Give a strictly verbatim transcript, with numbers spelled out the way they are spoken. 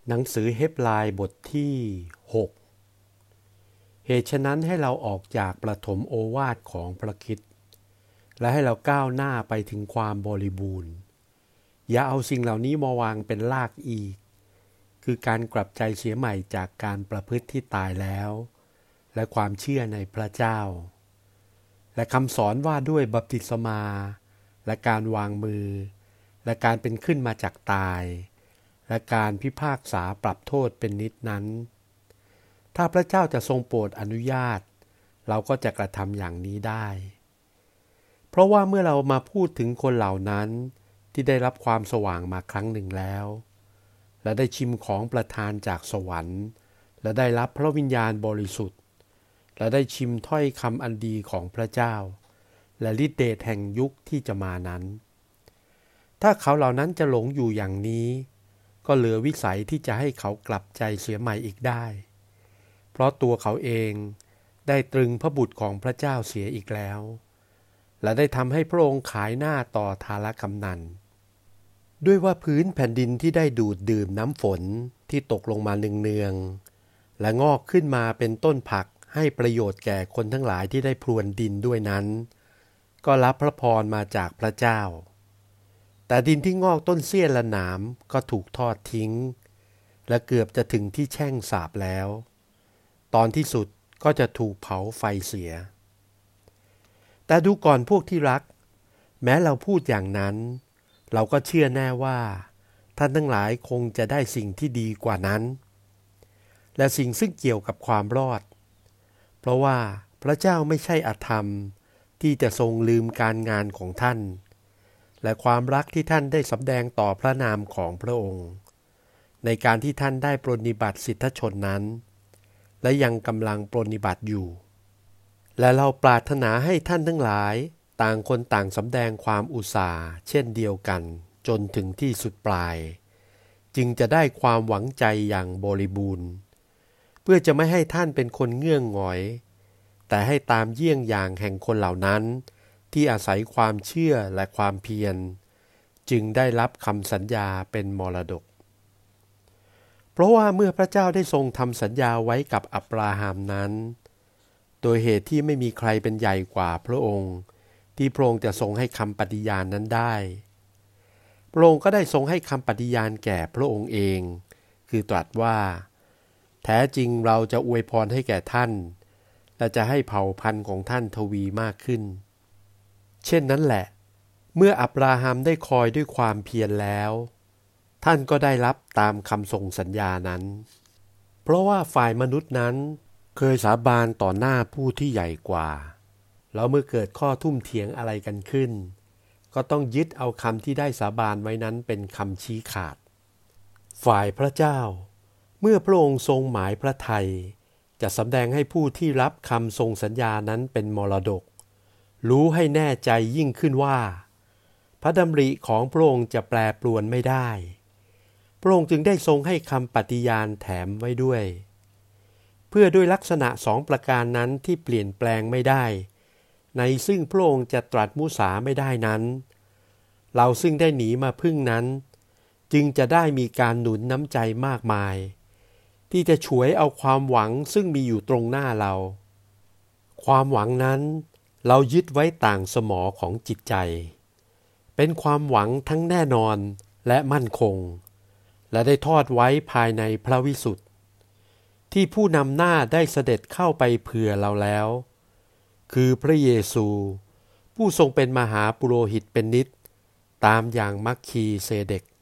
หนังสือเฮบรายบทที่หกเหตุฉะนั้นให้เราออกจากประถมโอวาทของพระคริสต์และให้เราก้าวหน้าไปถึงความบริบูรณ์อย่าเอาสิ่งเหล่านี้มาวางเป็นรากอีกคือการกลับใจเสียใหม่จากการประพฤติที่ตายแล้วและความเชื่อในพระเจ้าและคำสอนว่าด้วยบัพติศมาและการวางมือและการเป็นขึ้นมาจากตายและการพิพากษาปรับโทษเป็นนิจนั้นถ้าพระเจ้าจะทรงโปรดอนุญาตเราก็จะกระทำอย่างนี้ได้เพราะว่าเมื่อเรามาพูดถึงคนเหล่านั้นที่ได้รับความสว่างมาครั้งหนึ่งแล้วและได้ชิมของประทานจากสวรรค์และได้รับพระวิญญาณบริสุทธิ์และได้ชิมถ้อยคำอันดีของพระเจ้าและฤทธิเดชแห่งยุคที่จะมานั้นถ้าเขาเหล่านั้นจะหลงอยู่อย่างนี้ก็เหลือวิสัยที่จะให้เขากลับใจเสียใหม่อีกได้เพราะตัวเขาเองได้ตรึงพระบุตรของพระเจ้าเสียอีกแล้วและได้ทำให้พระองค์ขายหน้าต่อทาสกำนันด้วยว่าพื้นแผ่นดินที่ได้ดูดดื่มน้ำฝนที่ตกลงมาเนืองๆและงอกขึ้นมาเป็นต้นผักให้ประโยชน์แก่คนทั้งหลายที่ได้พรวนดินด้วยนั้นก็รับพระพรมาจากพระเจ้าแต่ดินที่งอกต้นเสี้ยนและหนามก็ถูกทอดทิ้งและเกือบจะถึงที่แช่งสาปแล้วตอนที่สุดก็จะถูกเผาไฟเสียแต่ดูก่อนพวกที่รักแม้เราพูดอย่างนั้นเราก็เชื่อแน่ว่าท่านทั้งหลายคงจะได้สิ่งที่ดีกว่านั้นและสิ่งซึ่งเกี่ยวกับความรอดเพราะว่าพระเจ้าไม่ใช่อธรรมที่จะทรงลืมการงานของท่านและความรักที่ท่านได้สำแดงต่อพระนามของพระองค์ในการที่ท่านได้ปรนนิบัติสิทธชนนั้นและยังกำลังปรนนิบัติอยู่และเราปรารถนาให้ท่านทั้งหลายต่างคนต่างสำแดงความอุตสาห์เช่นเดียวกันจนถึงที่สุดปลายจึงจะได้ความหวังใจอย่างบริบูรณ์เพื่อจะไม่ให้ท่านเป็นคนเงื่องหงอยแต่ให้ตามเยี่ยงอย่างแห่งคนเหล่านั้นที่อาศัยความเชื่อและความเพียรจึงได้รับคำสัญญาเป็นมรดกเพราะว่าเมื่อพระเจ้าได้ทรงทำสัญญาไว้กับอับราฮัมนั้นโดยเหตุที่ไม่มีใครเป็นใหญ่กว่าพระองค์ที่พระองค์จะทรงให้คำปฏิญาณนั้นได้พระองค์ก็ได้ทรงให้คำปฏิญาณแก่พระองค์เองคือตรัสว่าแท้จริงเราจะอวยพรให้แก่ท่านและจะให้เผ่าพันธุ์ของท่านทวีมากขึ้นเช่นนั้นแหละเมื่ออับราฮัมได้คอยด้วยความเพียรแล้วท่านก็ได้รับตามคำทรงสัญญานั้นเพราะว่าฝ่ายมนุษย์นั้นเคยสาบานต่อหน้าผู้ที่ใหญ่กว่าแล้วเมื่อเกิดข้อทุ่มเถียงอะไรกันขึ้นก็ต้องยึดเอาคำที่ได้สาบานไว้นั้นเป็นคำชี้ขาดฝ่ายพระเจ้าเมื่อพระองค์ทรงหมายพระทัยจะสำแดงให้ผู้ที่รับคำทรงสัญญานั้นเป็นมรดกรู้ให้แน่ใจยิ่งขึ้นว่าพระดำริของพระองค์จะแปรปรวนไม่ได้พระองค์จึงได้ทรงให้คำปฏิญาณแถมไว้ด้วยเพื่อด้วยลักษณะสองประการนั้นที่เปลี่ยนแปลงไม่ได้ในซึ่งพระองค์จะตรัสมุสาไม่ได้นั้นเราซึ่งได้หนีมาพึ่งนั้นจึงจะได้มีการหนุนน้ำใจมากมายที่จะฉวยเอาความหวังซึ่งมีอยู่ตรงหน้าเราความหวังนั้นเรายึดไว้ต่างสมอของจิตใจเป็นความหวังทั้งแน่นอนและมั่นคงและได้ทอดไว้ภายในพระวิสุทธิ์ที่ผู้นำหน้าได้เสด็จเข้าไปเผื่อเราแล้วคือพระเยซูผู้ทรงเป็นมหาปุโรหิตเป็นนิจตามอย่างมัคคีเซเดก